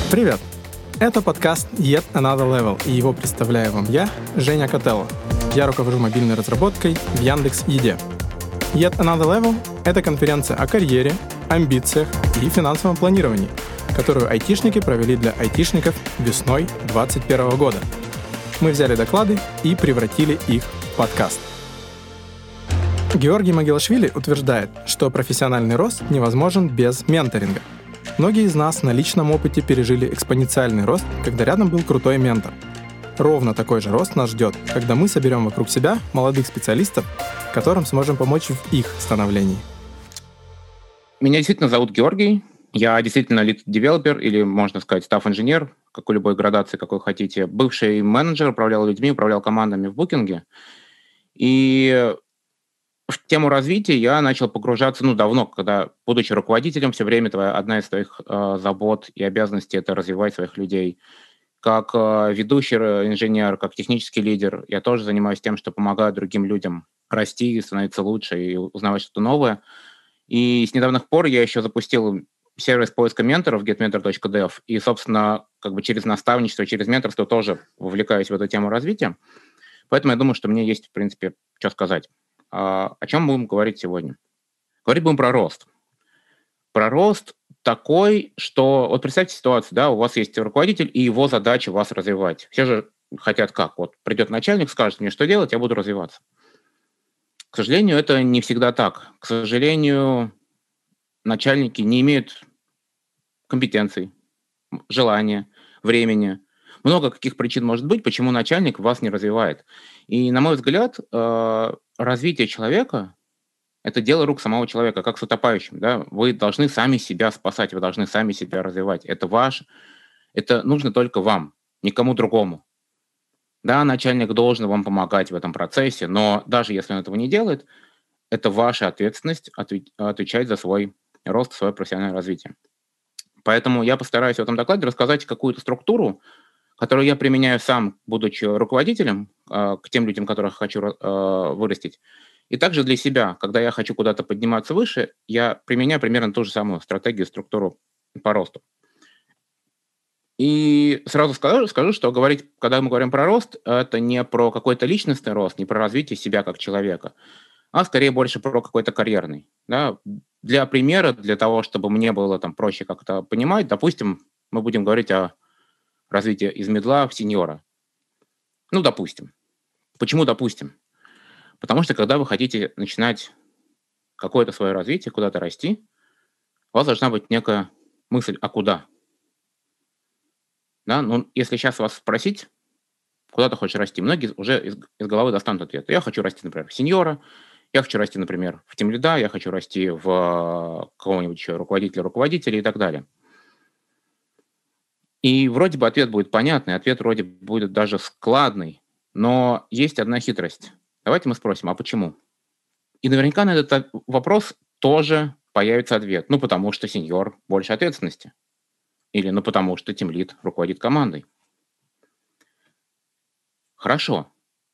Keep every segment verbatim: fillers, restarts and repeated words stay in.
Привет! Это подкаст Yet Another Level, и его представляю вам я, Женя Котелло. Я руковожу мобильной разработкой в Яндекс.Еде. Yet Another Level — это конференция о карьере, амбициях и финансовом планировании, которую айтишники провели для айтишников весной двадцать первого года. Мы взяли доклады и превратили их в подкаст. Георгий Могилашвили утверждает, что профессиональный рост невозможен без менторинга. Многие из нас на личном опыте пережили экспоненциальный рост, когда рядом был крутой ментор. Ровно такой же рост нас ждет, когда мы соберем вокруг себя молодых специалистов, которым сможем помочь в их становлении. Меня действительно зовут Георгий. Я действительно лид-девелопер или, можно сказать, стафф-инженер, какой любой градации, какой хотите. Бывший менеджер, управлял людьми, управлял командами в букинге. И в тему развития я начал погружаться, ну, давно, когда, будучи руководителем, все время твоя, одна из твоих э, забот и обязанностей — это развивать своих людей. Как э, ведущий инженер, как технический лидер, я тоже занимаюсь тем, что помогаю другим людям расти, становиться лучше и узнавать что-то новое. И с недавних пор я еще запустил сервис поиска менторов getmentor точка dev, и, собственно, как бы через наставничество, через менторство тоже вовлекаюсь в эту тему развития. Поэтому я думаю, что мне есть, в принципе, что сказать. О чем будем говорить сегодня? Говорить будем про рост. Про рост такой, что... Вот представьте ситуацию, да, у вас есть руководитель, и его задача вас развивать. Все же хотят как? Вот придет начальник, скажет мне, что делать, я буду развиваться. К сожалению, это не всегда так. К сожалению, начальники не имеют компетенций, желания, времени. Много каких причин может быть, почему начальник вас не развивает. И, на мой взгляд, развитие человека — это дело рук самого человека, как с утопающим. Да? Вы должны сами себя спасать, вы должны сами себя развивать. Это ваш, это нужно только вам, никому другому. Да, начальник должен вам помогать в этом процессе, но даже если он этого не делает, это ваша ответственность отвечать за свой рост, свое профессиональное развитие. Поэтому я постараюсь в этом докладе рассказать какую-то структуру, которую я применяю сам, будучи руководителем, э, к тем людям, которых хочу э, вырастить. И также для себя, когда я хочу куда-то подниматься выше, я применяю примерно ту же самую стратегию, структуру по росту. И сразу скажу, скажу, что говорить, когда мы говорим про рост, это не про какой-то личностный рост, не про развитие себя как человека, а скорее больше про какой-то карьерный. Да? Для примера, для того, чтобы мне было там проще как-то понимать, допустим, мы будем говорить о развитии из медла в сеньора. Ну, допустим. Почему допустим? Потому что когда вы хотите начинать какое-то свое развитие, куда-то расти, у вас должна быть некая мысль, а куда? Да? Ну, если сейчас вас спросить, куда ты хочешь расти, многие уже из, из головы достанут ответ. Я хочу расти, например, в сеньора, я хочу расти, например, в тимлида, я хочу расти в какого-нибудь еще руководителя, руководителя и так далее. И вроде бы ответ будет понятный, ответ вроде будет даже складный, но есть одна хитрость. Давайте мы спросим, а почему? И наверняка на этот вопрос тоже появится ответ. Ну, потому что сеньор больше ответственности. Или ну, потому что тимлид руководит командой. Хорошо.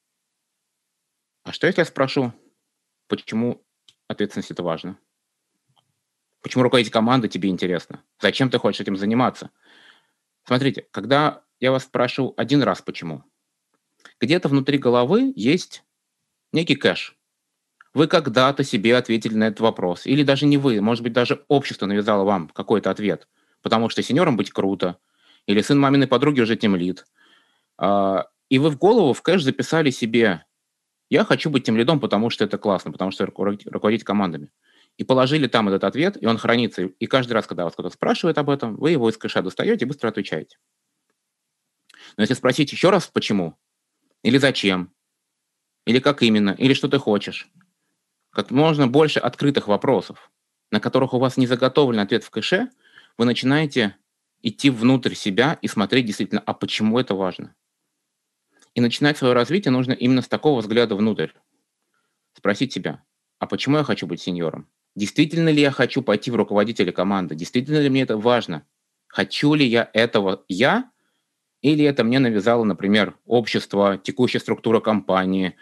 А что если я спрошу, почему ответственность это важно? Почему руководить командой тебе интересно? Зачем ты хочешь этим заниматься? Смотрите, когда я вас спрошу один раз почему, где-то внутри головы есть некий кэш. Вы когда-то себе ответили на этот вопрос. Или даже не вы, может быть, даже общество навязало вам какой-то ответ. Потому что сеньором быть круто. Или сын маминой подруги уже тимлид. И вы в голову, в кэш записали себе: я хочу быть тимлидом, потому что это классно, потому что руководить командами. И положили там этот ответ, и он хранится. И каждый раз, когда вас кто-то спрашивает об этом, вы его из кэша достаете и быстро отвечаете. Но если спросить еще раз почему, или зачем, или как именно, или что ты хочешь, как можно больше открытых вопросов, на которых у вас не заготовлен ответ в кэше, вы начинаете идти внутрь себя и смотреть действительно, а почему это важно. И начинать свое развитие нужно именно с такого взгляда внутрь. Спросить себя, а почему я хочу быть сеньором? Действительно ли я хочу пойти в руководителя команды? Действительно ли мне это важно? Хочу ли я этого я? Или это мне навязало, например, общество, текущая структура компании,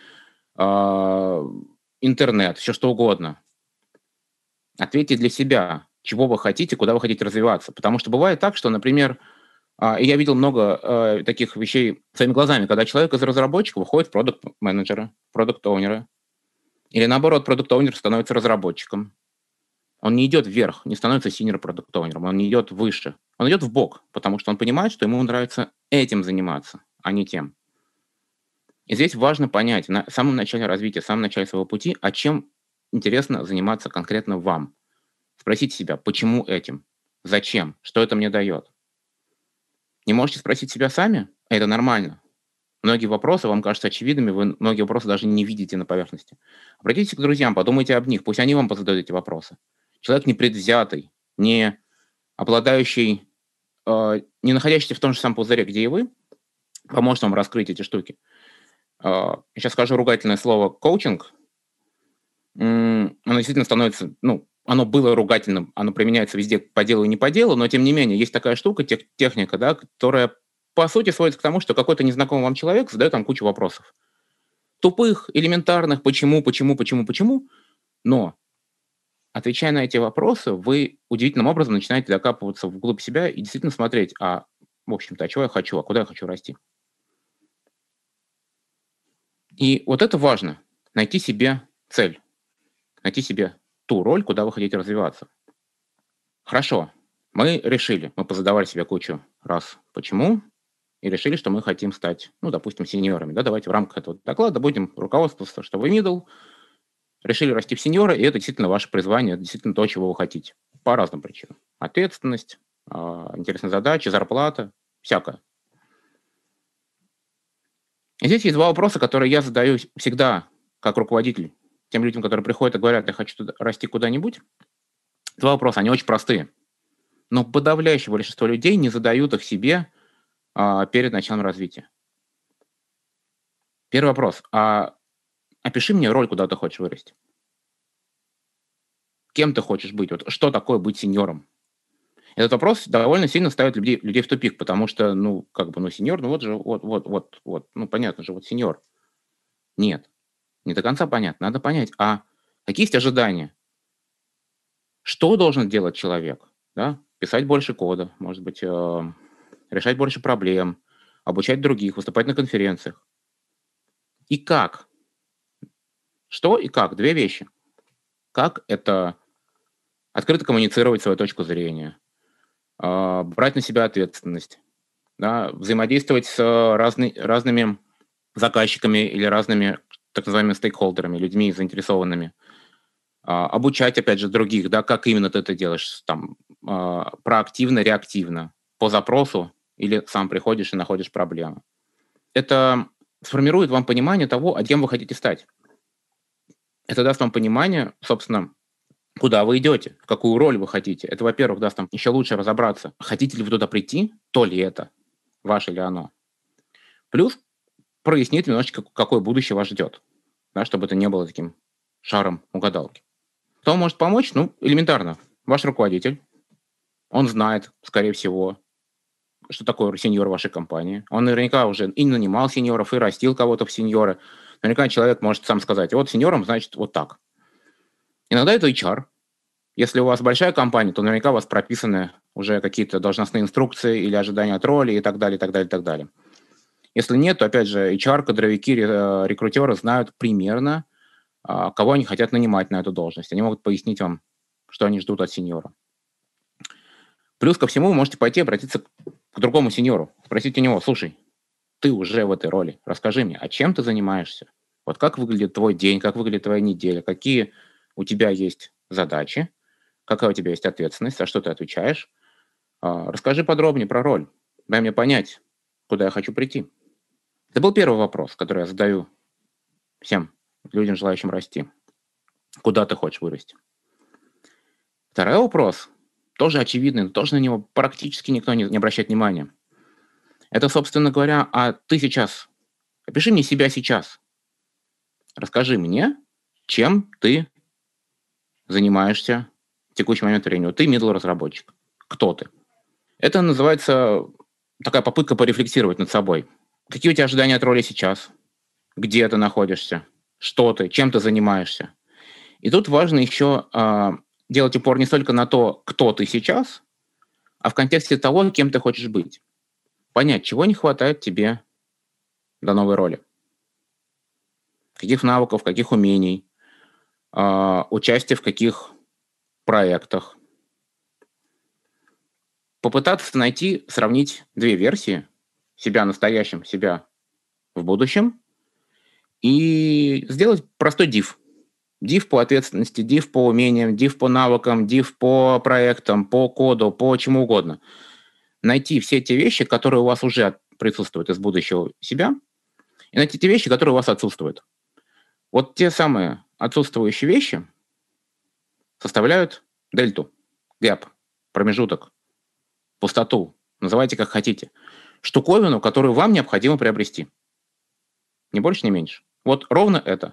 интернет, все что угодно. Ответьте для себя, чего вы хотите, куда вы хотите развиваться. Потому что бывает так, что, например, А, и я видел много э, таких вещей своими глазами, когда человек из разработчика выходит в продукт-менеджера, продукт-оунера, или наоборот, продукт-оунер становится разработчиком. Он не идет вверх, не становится senior продукт-оунером, он не идет выше. Он идет в бок, потому что он понимает, что ему нравится этим заниматься, а не тем. И здесь важно понять на самом начале развития, в самом начале своего пути, а чем интересно заниматься конкретно вам. Спросите себя, почему этим? Зачем? Что это мне дает? Не можете спросить себя сами? Это нормально. Многие вопросы вам кажутся очевидными, вы многие вопросы даже не видите на поверхности. Обратитесь к друзьям, подумайте об них, пусть они вам позадают эти вопросы. Человек непредвзятый, не обладающий, э, не находящийся в том же самом пузыре, где и вы, поможет вам раскрыть эти штуки. Э, я сейчас скажу ругательное слово «коучинг». М, Оно действительно становится, ну, оно было ругательным, оно применяется везде по делу и не по делу, но тем не менее есть такая штука, тех- техника, да, которая по сути сводится к тому, что какой-то незнакомый вам человек задает вам кучу вопросов. Тупых, элементарных, почему, почему, почему, почему, но отвечая на эти вопросы, вы удивительным образом начинаете докапываться вглубь себя и действительно смотреть, а, в общем-то, а чего я хочу, а куда я хочу расти. И вот это важно, найти себе цель, найти себе ту роль, куда вы хотите развиваться. Хорошо, мы решили, мы позадавали себе кучу раз почему, и решили, что мы хотим стать, ну, допустим, сеньорами. Да, давайте в рамках этого доклада будем руководствоваться, что вы middle, решили расти в сеньора, и это действительно ваше призвание, это действительно то, чего вы хотите. По разным причинам. Ответственность, а, интересные задачи, зарплата, всякое. И здесь есть два вопроса, которые я задаю всегда как руководитель тем людям, которые приходят и говорят, я хочу туда- расти куда-нибудь. Два вопроса, они очень простые. Но подавляющее большинство людей не задают их себе а, перед началом развития. Первый вопрос. А опиши мне роль, куда ты хочешь вырасти. Кем ты хочешь быть? Вот что такое быть сеньором? Этот вопрос довольно сильно ставит людей, людей в тупик, потому что, ну, как бы, ну, сеньор, ну, вот же, вот, вот, вот, вот, ну, понятно же, вот сеньор. Нет, не до конца понятно. Надо понять, а какие есть ожидания? Что должен делать человек? Да? Писать больше кода, может быть, э, решать больше проблем, обучать других, выступать на конференциях. И как? Что и как? Две вещи. Как это открыто коммуницировать свою точку зрения, а, брать на себя ответственность, да, взаимодействовать с э, разны- разными заказчиками или разными так называемыми стейкхолдерами, людьми заинтересованными, а, обучать, опять же, других, да, как именно ты это делаешь, там, а, проактивно, реактивно, по запросу или сам приходишь и находишь проблемы. Это сформирует вам понимание того, а кем вы хотите стать. Это даст вам понимание, собственно, куда вы идете, в какую роль вы хотите. Это, во-первых, даст нам еще лучше разобраться, хотите ли вы туда прийти, то ли это, ваше ли оно. Плюс прояснит немножечко, какое будущее вас ждет, да, чтобы это не было таким шаром угадалки. Кто может помочь? Ну, элементарно. Ваш руководитель. Он знает, скорее всего, что такое сеньор вашей компании. Он наверняка уже и нанимал сеньоров, и растил кого-то в сеньоры. Наверняка человек может сам сказать, вот сеньором, значит, вот так. Иногда это эйч ар. Если у вас большая компания, то наверняка у вас прописаны уже какие-то должностные инструкции или ожидания от роли и так далее, и так далее, и так далее. Если нет, то, опять же, эйч ар, кадровики, ре- рекрутеры знают примерно, а, кого они хотят нанимать на эту должность. Они могут пояснить вам, что они ждут от сеньора. Плюс ко всему вы можете пойти обратиться к другому сеньору, спросить у него, слушай, ты уже в этой роли, расскажи мне, а чем ты занимаешься? Вот как выглядит твой день, как выглядит твоя неделя, какие у тебя есть задачи, какая у тебя есть ответственность, за что ты отвечаешь. А, Расскажи подробнее про роль, дай мне понять, куда я хочу прийти. Это был первый вопрос, который я задаю всем людям, желающим расти. Куда ты хочешь вырасти? Второй вопрос, тоже очевидный, но тоже на него практически никто не, не обращает внимания. Это, собственно говоря, а ты сейчас, опиши мне себя сейчас. Расскажи мне, чем ты занимаешься в текущий момент времени. Вот ты middle разработчик. Кто ты? Это называется такая попытка порефлексировать над собой. Какие у тебя ожидания от роли сейчас? Где ты находишься? Что ты? Чем ты занимаешься? И тут важно еще а, делать упор не столько на то, кто ты сейчас, а в контексте того, кем ты хочешь быть. понять, чего не хватает тебе до новой роли. Каких навыков, каких умений, э, участие в каких проектах. Попытаться найти, сравнить две версии. Себя настоящим, себя в будущем. И сделать простой див. Див по ответственности, див по умениям, див по навыкам, див по проектам, по коду, по чему угодно. Найти все те вещи, которые у вас уже присутствуют из будущего себя, и найти те вещи, которые у вас отсутствуют. Вот те самые отсутствующие вещи составляют дельту, гэп, промежуток, пустоту, называйте как хотите, штуковину, которую вам необходимо приобрести. Ни больше, ни меньше. Вот ровно это.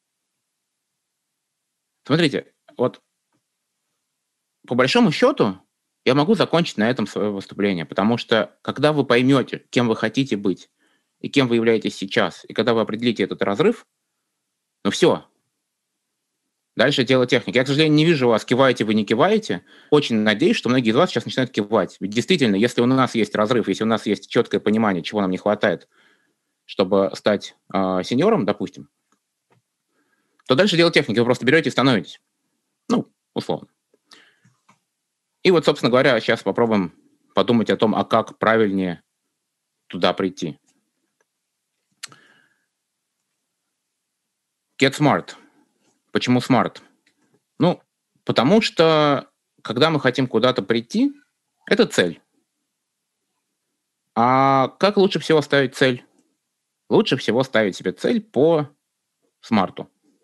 Смотрите, вот по большому счету я могу закончить на этом свое выступление, потому что когда вы поймете, кем вы хотите быть и кем вы являетесь сейчас, и когда вы определите этот разрыв, ну все. Дальше дело техники. Я, к сожалению, не вижу вас, киваете вы, не киваете. Очень надеюсь, что многие из вас сейчас начинают кивать. Ведь действительно, если у нас есть разрыв, если у нас есть четкое понимание, чего нам не хватает, чтобы стать э, сеньором, допустим, то дальше дело техники. Вы просто берете и становитесь. Ну, условно. И вот, собственно говоря, сейчас попробуем подумать о том, а как правильнее туда прийти. Get smart. Почему smart? Ну, потому что, когда мы хотим куда-то прийти, это цель. А как лучше всего ставить цель? Лучше всего ставить себе цель по смарту.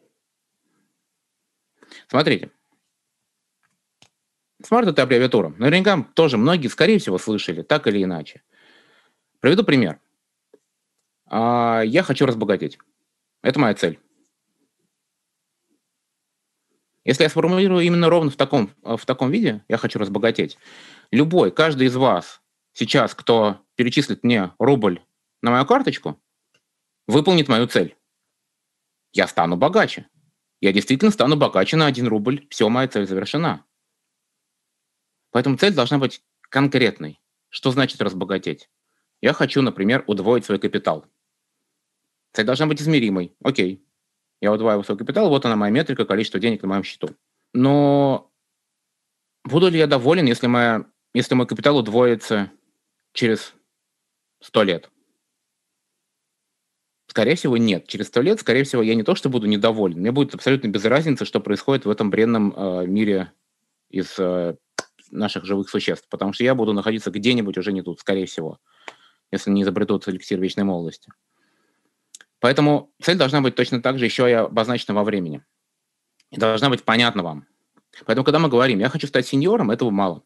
Смотрите. Смарт — это аббревиатура. Наверняка тоже многие, скорее всего, слышали, так или иначе. Приведу пример. Я хочу разбогатеть. Это моя цель. Если я сформулирую именно ровно в таком, в таком виде, я хочу разбогатеть, любой, каждый из вас сейчас, кто перечислит мне рубль на мою карточку, выполнит мою цель. Я стану богаче. Я действительно стану богаче на один рубль. Все, моя цель завершена. Поэтому цель должна быть конкретной. Что значит разбогатеть? Я хочу, например, удвоить свой капитал. Цель должна быть измеримой. Окей. Я удваиваю свой капитал, вот она моя метрика, количество денег на моем счету. Но буду ли я доволен, если, моя, если мой капитал удвоится через сто лет? Скорее всего, нет. Через сто лет, скорее всего, я не то, что буду недоволен. Мне будет абсолютно без разницы, что происходит в этом бренном э, мире из э, наших живых существ. Потому что я буду находиться где-нибудь уже не тут, скорее всего, если не изобретут эликсир вечной молодости. Поэтому цель должна быть точно так же еще и обозначена во времени. И должна быть понятна вам. Поэтому, когда мы говорим, я хочу стать сеньором, этого мало.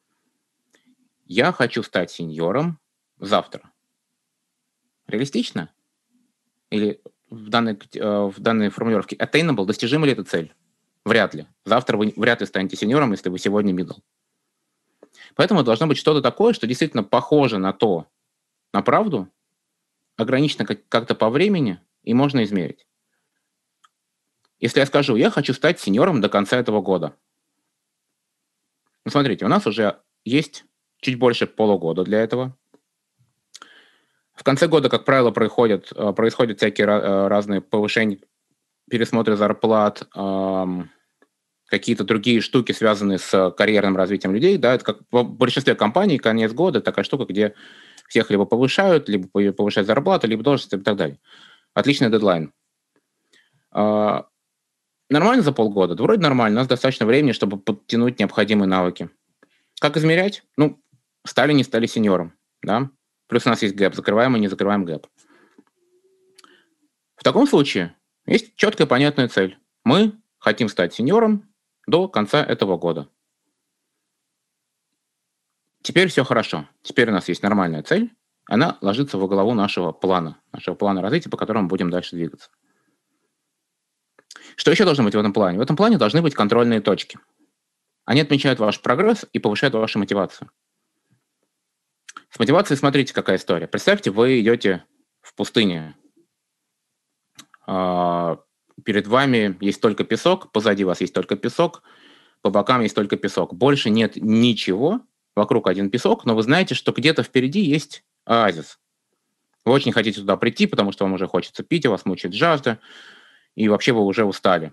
Я хочу стать сеньором завтра. Реалистично? Или в данной, в данной формулировке attainable, достижима ли эта цель? Вряд ли. Завтра вы вряд ли станете сеньором, если вы сегодня middle. Поэтому должно быть что-то такое, что действительно похоже на то, на правду, ограничено как-то по времени, и можно измерить. Если я скажу, я хочу стать сеньором до конца этого года. Ну, смотрите, у нас уже есть чуть больше полугода для этого. В конце года, как правило, происходят, происходят всякие разные повышения, пересмотры зарплат, какие-то другие штуки, связанные с карьерным развитием людей. Да, это как в большинстве компаний конец года, такая штука, где всех либо повышают, либо повышают зарплату, либо должность и так далее. Отличный дедлайн. А, нормально за полгода? Да вроде нормально. У нас достаточно времени, чтобы подтянуть необходимые навыки. Как измерять? Ну, стали, не стали сеньором. Да? Плюс у нас есть гэп. Закрываем и не закрываем гэп. В таком случае есть четкая понятная цель. Мы хотим стать сеньором до конца этого года. Теперь все хорошо. Теперь у нас есть нормальная цель. Она ложится во главу нашего плана, нашего плана развития, по которому будем дальше двигаться. Что еще должно быть в этом плане? В этом плане должны быть контрольные точки. Они отмечают ваш прогресс и повышают вашу мотивацию. С мотивацией смотрите, какая история. Представьте, вы идете в пустыне. Перед вами есть только песок, позади вас есть только песок, по бокам есть только песок. Больше нет ничего. Вокруг один песок, но вы знаете, что где-то впереди есть оазис. Вы очень хотите туда прийти, потому что вам уже хочется пить, у вас мучает жажда, и вообще вы уже устали.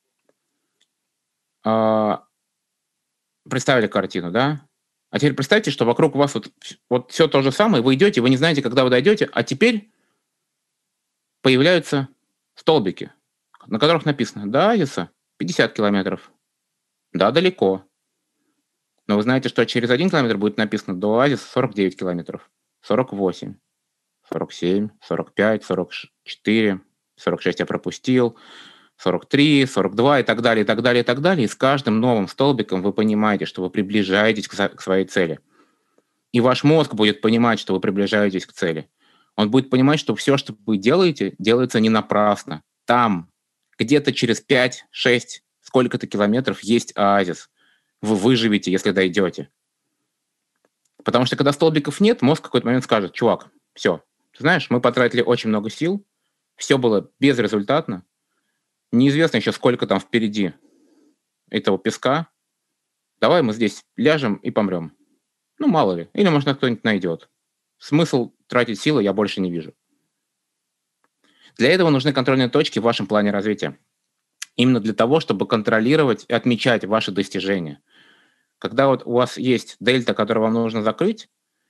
А, представили картину, да? А теперь представьте, что вокруг вас вот, вот все то же самое, вы идете, вы не знаете, когда вы дойдете, а теперь появляются столбики, на которых написано «до оазиса пятьдесят километров». Да, далеко. Но вы знаете, что через один километр будет написано «до оазиса сорок девять километров», сорок восемь, сорок семь, сорок пять, сорок четыре, сорок шесть я пропустил, сорок три, сорок два и так далее, и так далее, и так далее. И с каждым новым столбиком вы понимаете, что вы приближаетесь к, к своей цели. И ваш мозг будет понимать, что вы приближаетесь к цели. Он будет понимать, что все, что вы делаете, делается не напрасно. Там, где-то через пять, шесть, сколько-то километров есть оазис. Вы выживете, если дойдете. Потому что когда столбиков нет, мозг в какой-то момент скажет: чувак, все, ты знаешь, мы потратили очень много сил, все было безрезультатно, неизвестно еще, сколько там впереди этого песка, давай мы здесь ляжем и помрем. Ну, мало ли, или, может, кто-нибудь найдет. Смысл тратить силы я больше не вижу. Для этого нужны контрольные точки в вашем плане развития. Именно для того, чтобы контролировать и отмечать ваши достижения. Когда вот у вас есть дельта, которую вам нужно закрыть,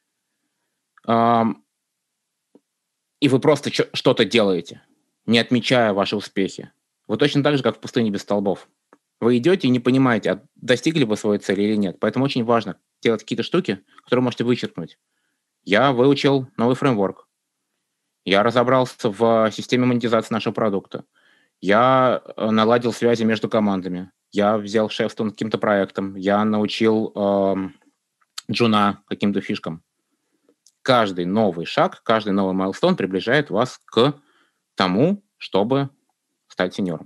эм, и вы просто чё- что-то делаете, не отмечая ваши успехи, вы точно так же, как в пустыне без столбов. Вы идете и не понимаете, а достигли вы своей цели или нет. Поэтому очень важно делать какие-то штуки, которые можете вычеркнуть. Я выучил новый фреймворк. Я разобрался в системе монетизации нашего продукта. Я э, наладил связи между командами. Я взял шефство над каким-то проектом. Я научил эм, джуна каким-то фишкам. Каждый новый шаг, каждый новый майлстоун приближает вас к тому, чтобы стать сеньором.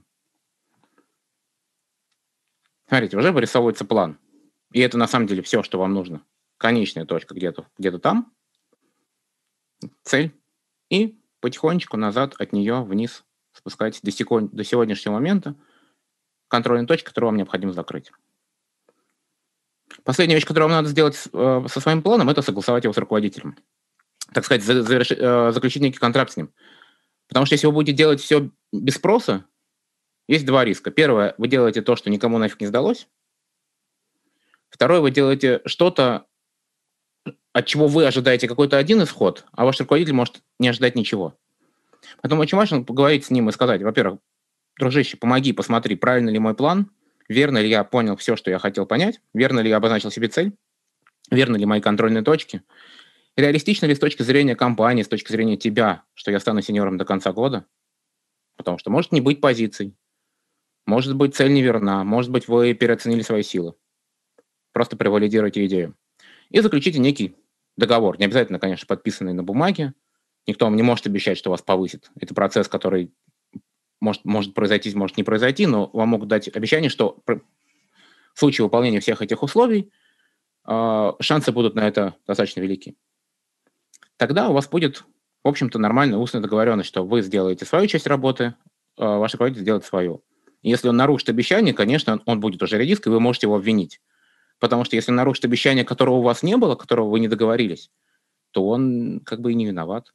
Смотрите, уже вырисовывается план. И это на самом деле все, что вам нужно. Конечная точка где-то где-то там, цель. И потихонечку назад от нее вниз спускайтесь до, секунд, до сегодняшнего момента. Контрольная точка, которую вам необходимо закрыть. Последняя вещь, которую вам надо сделать э, со своим планом, это согласовать его с руководителем. Так сказать, за, заверши, э, заключить некий контракт с ним. Потому что если вы будете делать все без спроса, есть два риска. Первое, вы делаете то, что никому нафиг не сдалось. Второе, вы делаете что-то, от чего вы ожидаете какой-то один исход, а ваш руководитель может не ожидать ничего. Поэтому очень важно поговорить с ним и сказать: во-первых, дружище, помоги, посмотри, правильно ли мой план, верно ли я понял все, что я хотел понять, верно ли я обозначил себе цель, верны ли мои контрольные точки, реалистично ли с точки зрения компании, с точки зрения тебя, что я стану сеньором до конца года, потому что может не быть позиций, может быть цель неверна, может быть вы переоценили свои силы. Просто превалидируйте идею. И заключите некий договор, не обязательно, конечно, подписанный на бумаге. Никто вам не может обещать, что вас повысит. Это процесс, который может, может произойти, может не произойти, но вам могут дать обещание, что в случае выполнения всех этих условий э, шансы будут на это достаточно велики. Тогда у вас будет, в общем-то, нормальная устная договоренность, что вы сделаете свою часть работы, э, ваш руководитель сделает свою. И если он нарушит обещание, конечно, он будет уже редиск, и вы можете его обвинить. Потому что если он нарушит обещание, которого у вас не было, которого вы не договорились, то он как бы и не виноват.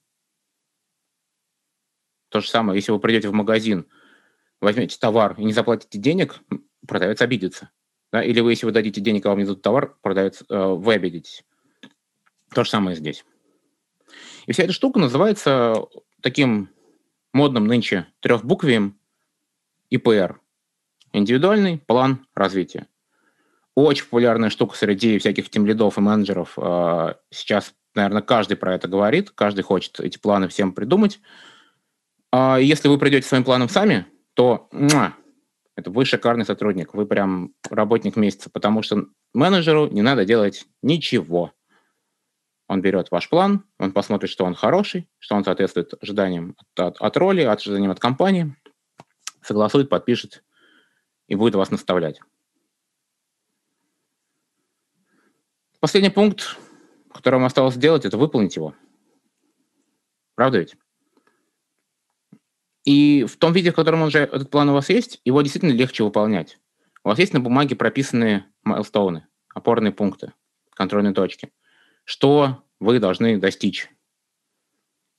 То же самое, если вы придете в магазин, возьмете товар и не заплатите денег, продавец обидится. Да? Или вы, если вы дадите денег, а вам не дадут товар, продавец, э, вы обидитесь. То же самое здесь. И вся эта штука называется таким модным нынче трехбуквием И П Р. Индивидуальный план развития. Очень популярная штука среди всяких тимлидов и менеджеров. Э, сейчас, наверное, каждый про это говорит, каждый хочет эти планы всем придумать. А если вы придете своим планом сами, то муа, это вы шикарный сотрудник, вы прям работник месяца, потому что менеджеру не надо делать ничего. Он берет ваш план, он посмотрит, что он хороший, что он соответствует ожиданиям от, от, от роли, ожиданиям от компании, согласует, подпишет и будет вас наставлять. Последний пункт, который вам осталось сделать, это выполнить его. Правда ведь? И в том виде, в котором уже этот план у вас есть, его действительно легче выполнять. У вас есть на бумаге прописанные майлстоуны, опорные пункты, контрольные точки. Что вы должны достичь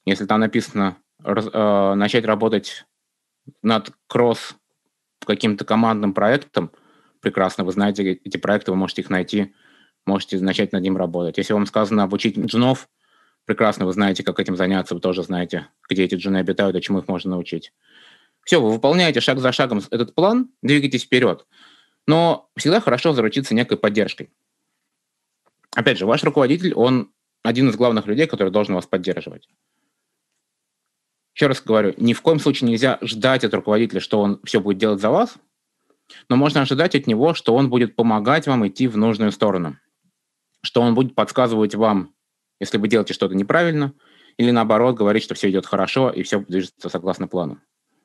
Если там написано раз- э, начать работать над кросс каким-то командным проектом, прекрасно, вы знаете эти проекты, вы можете их найти, можете начать над ним работать. Если вам сказано обучить джунов, прекрасно, вы знаете, как этим заняться, вы тоже знаете, где эти джуны обитают и чему их можно научить. Все, вы выполняете шаг за шагом этот план, двигаетесь вперед. Но всегда хорошо заручиться некой поддержкой. Опять же, ваш руководитель, он один из главных людей, который должен вас поддерживать. Еще раз говорю, ни в коем случае нельзя ждать от руководителя, что он все будет делать за вас, но можно ожидать от него, что он будет помогать вам идти в нужную сторону, что он будет подсказывать вам, если вы делаете что-то неправильно, или наоборот говорить, что все идет хорошо и все движется согласно плану.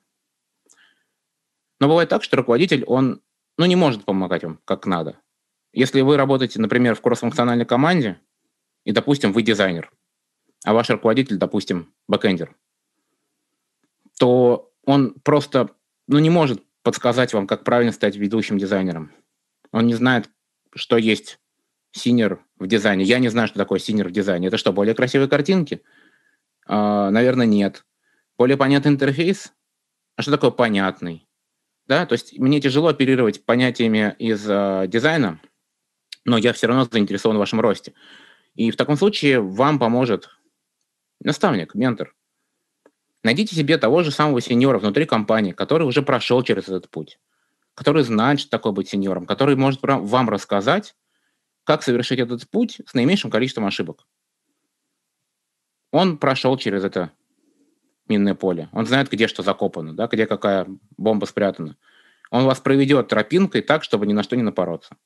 Но бывает так, что руководитель, он ну, не может помогать вам как надо. Если вы работаете, например, в кроссфункциональной команде, и, допустим, вы дизайнер, а ваш руководитель, допустим, бэкэндер, то он просто ну, не может подсказать вам, как правильно стать ведущим дизайнером. Он не знает, что есть синьор в дизайне. Я не знаю, что такое синьор в дизайне. Это что, более красивые картинки? А, наверное, нет. Более понятный интерфейс? А что такое понятный? Да, то есть мне тяжело оперировать понятиями из э, дизайна, но я все равно заинтересован в вашем росте. И в таком случае вам поможет наставник, ментор. Найдите себе того же самого сеньора внутри компании, который уже прошел через этот путь, который знает, что такое быть сеньором, который может ра- вам рассказать, как совершить этот путь с наименьшим количеством ошибок. Он прошел через это минное поле. Он знает, где что закопано, да, где какая бомба спрятана. Он вас проведет тропинкой так, чтобы ни на что не напороться.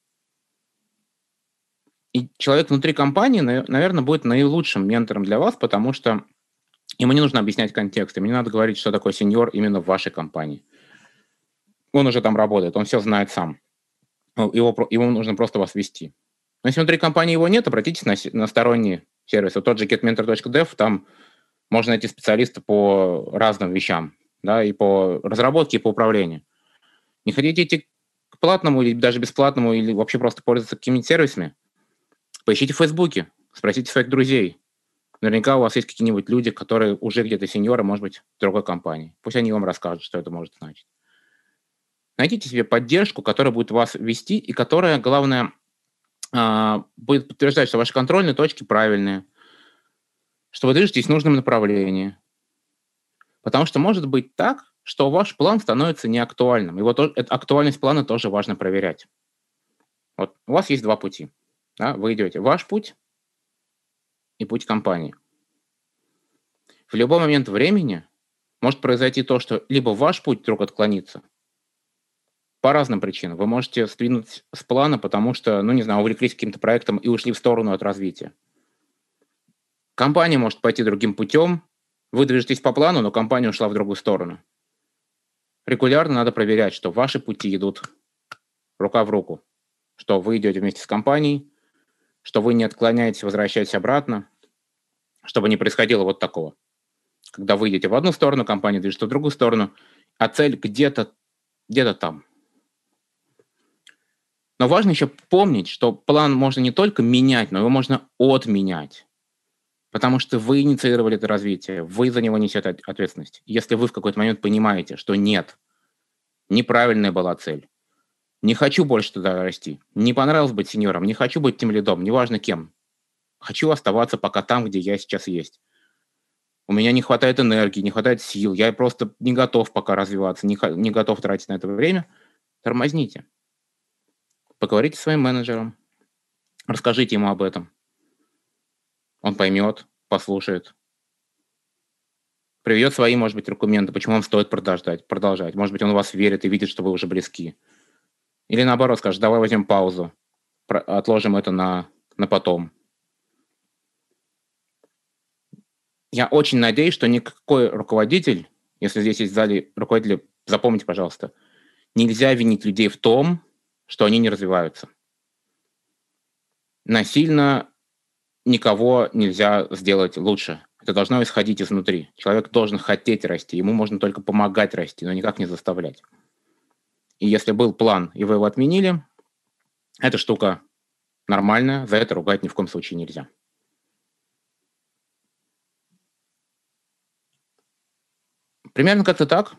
И человек внутри компании, наверное, будет наилучшим ментором для вас, потому что ему не нужно объяснять контекст, ему не надо говорить, что такое сеньор именно в вашей компании. Он уже там работает, он все знает сам. Ну, Его, про- ему нужно просто вас вести. Но если внутри компании его нет, обратитесь на, се- на сторонние сервисы. Вот тот же getmentor точка dev, там можно найти специалиста по разным вещам, да, и по разработке, и по управлению. Не хотите идти к платному или даже бесплатному, или вообще просто пользоваться какими-нибудь сервисами? Поищите в Фейсбуке, спросите своих друзей. Наверняка у вас есть какие-нибудь люди, которые уже где-то сеньоры, может быть, в другой компании. Пусть они вам расскажут, что это может значить. Найдите себе поддержку, которая будет вас вести и которая, главное, а, будет подтверждать, что ваши контрольные точки правильные, что вы движетесь в нужном направлении. Потому что может быть так, что ваш план становится неактуальным. И вот то- эту актуальность плана тоже важно проверять. Вот у вас есть два пути. Да? Вы идете ваш путь и путь компании. В любой момент времени может произойти то, что либо ваш путь вдруг отклонится по разным причинам. Вы можете сдвинуть с плана, потому что, ну не знаю, увлеклись каким-то проектом и ушли в сторону от развития. Компания может пойти другим путем, вы движетесь по плану, но компания ушла в другую сторону. Регулярно надо проверять, что ваши пути идут рука в руку, что вы идете вместе с компанией, что вы не отклоняетесь, возвращаетесь обратно, чтобы не происходило вот такого. Когда вы идете в одну сторону, компания движется в другую сторону, а цель где-то где-то там. Но важно еще помнить, что план можно не только менять, но его можно отменять. Потому что вы инициировали это развитие, вы за него несете от- ответственность. Если вы в какой-то момент понимаете, что нет, неправильная была цель, не хочу больше туда расти, не понравилось быть сеньором, не хочу быть тем лидом, неважно кем, хочу оставаться пока там, где я сейчас есть. У меня не хватает энергии, не хватает сил, я просто не готов пока развиваться, не, ха- не готов тратить на это время. Тормозните. Поговорите с своим менеджером, расскажите ему об этом. Он поймет, послушает, приведет свои, может быть, аргументы, почему вам стоит продолжать, продолжать. Может быть, он в вас верит и видит, что вы уже близки. Или наоборот скажет, давай возьмем паузу, про- отложим это на, на потом. Я очень надеюсь, что никакой руководитель, если здесь есть в зале руководители, запомните, пожалуйста, нельзя винить людей в том, что они не развиваются. Насильно никого нельзя сделать лучше. Это должно исходить изнутри. Человек должен хотеть расти, ему можно только помогать расти, но никак не заставлять. И если был план, и вы его отменили, эта штука нормальная, за это ругать ни в коем случае нельзя. Примерно как-то так.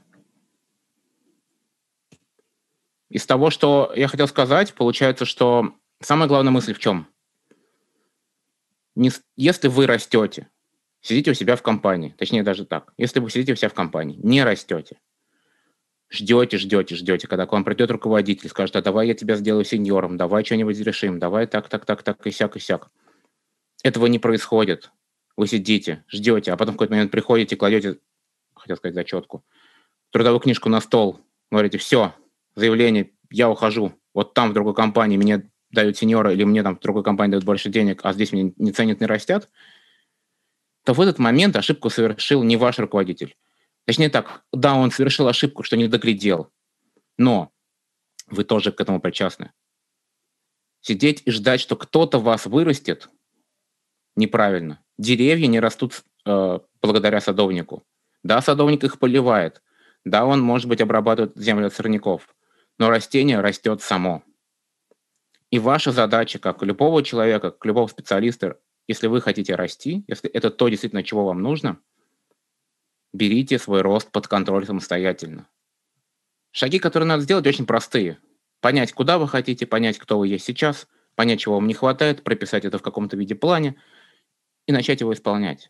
Из того, что я хотел сказать, получается, что самая главная мысль в чем? Не, если вы растете, сидите у себя в компании, точнее даже так, если вы сидите у себя в компании, не растете, ждете, ждете, ждете, когда к вам придет руководитель, скажет, а давай я тебя сделаю сеньором, давай что-нибудь решим, давай так, так, так, так, и сяк, и сяк. Этого не происходит. Вы сидите, ждете, а потом в какой-то момент приходите, кладете, хотел сказать, зачетку, трудовую книжку на стол, говорите, все, заявление, я ухожу, вот там в другой компании мне дают сеньора, или мне там в другой компании дают больше денег, а здесь меня не ценят, не растят, то в этот момент ошибку совершил не ваш руководитель. Точнее так, да, он совершил ошибку, что не доглядел, но вы тоже к этому причастны. Сидеть и ждать, что кто-то вас вырастет, неправильно. Деревья не растут э, благодаря садовнику. Да, садовник их поливает, да, он, может быть, обрабатывает землю от сорняков, но растение растет само. И ваша задача, как у любого человека, как у любого специалиста, если вы хотите расти, если это то действительно, чего вам нужно, берите свой рост под контроль самостоятельно. Шаги, которые надо сделать, очень простые. Понять, куда вы хотите, понять, кто вы есть сейчас, понять, чего вам не хватает, прописать это в каком-то виде плане и начать его исполнять.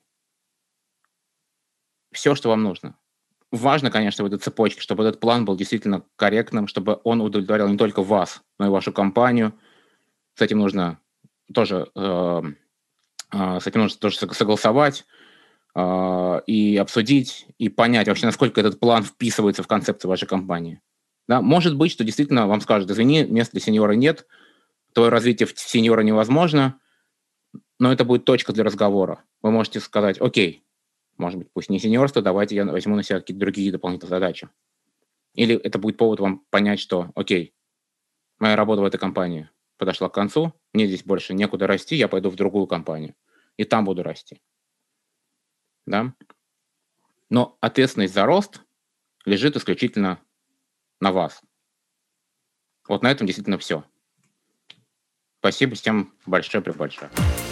Все, что вам нужно. Важно, конечно, в этой цепочке, чтобы этот план был действительно корректным, чтобы он удовлетворял не только вас, но и вашу компанию. С этим нужно тоже, э, э, с этим нужно тоже согласовать э, и обсудить, и понять вообще, насколько этот план вписывается в концепцию вашей компании. Да? Может быть, что действительно вам скажут, извини, места для сеньора нет, твое развитие в сеньора невозможно, но это будет точка для разговора. Вы можете сказать, окей, может быть, пусть не сеньорство, давайте я возьму на себя какие-то другие дополнительные задачи. Или это будет повод вам понять, что, окей, моя работа в этой компании подошла к концу, мне здесь больше некуда расти, я пойду в другую компанию, и там буду расти. Да? Но ответственность за рост лежит исключительно на вас. Вот на этом действительно все. Спасибо всем большое-пребольшое.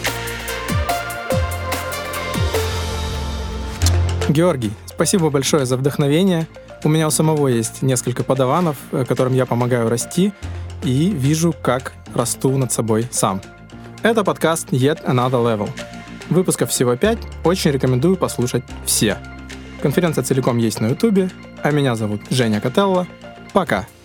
Георгий, спасибо большое за вдохновение. У меня у самого есть несколько подаванов, которым я помогаю расти, и вижу, как расту над собой сам. Это подкаст Yet Another Level. Выпусков всего пять, очень рекомендую послушать все. Конференция целиком есть на Ютубе, а меня зовут Женя Котелло. Пока!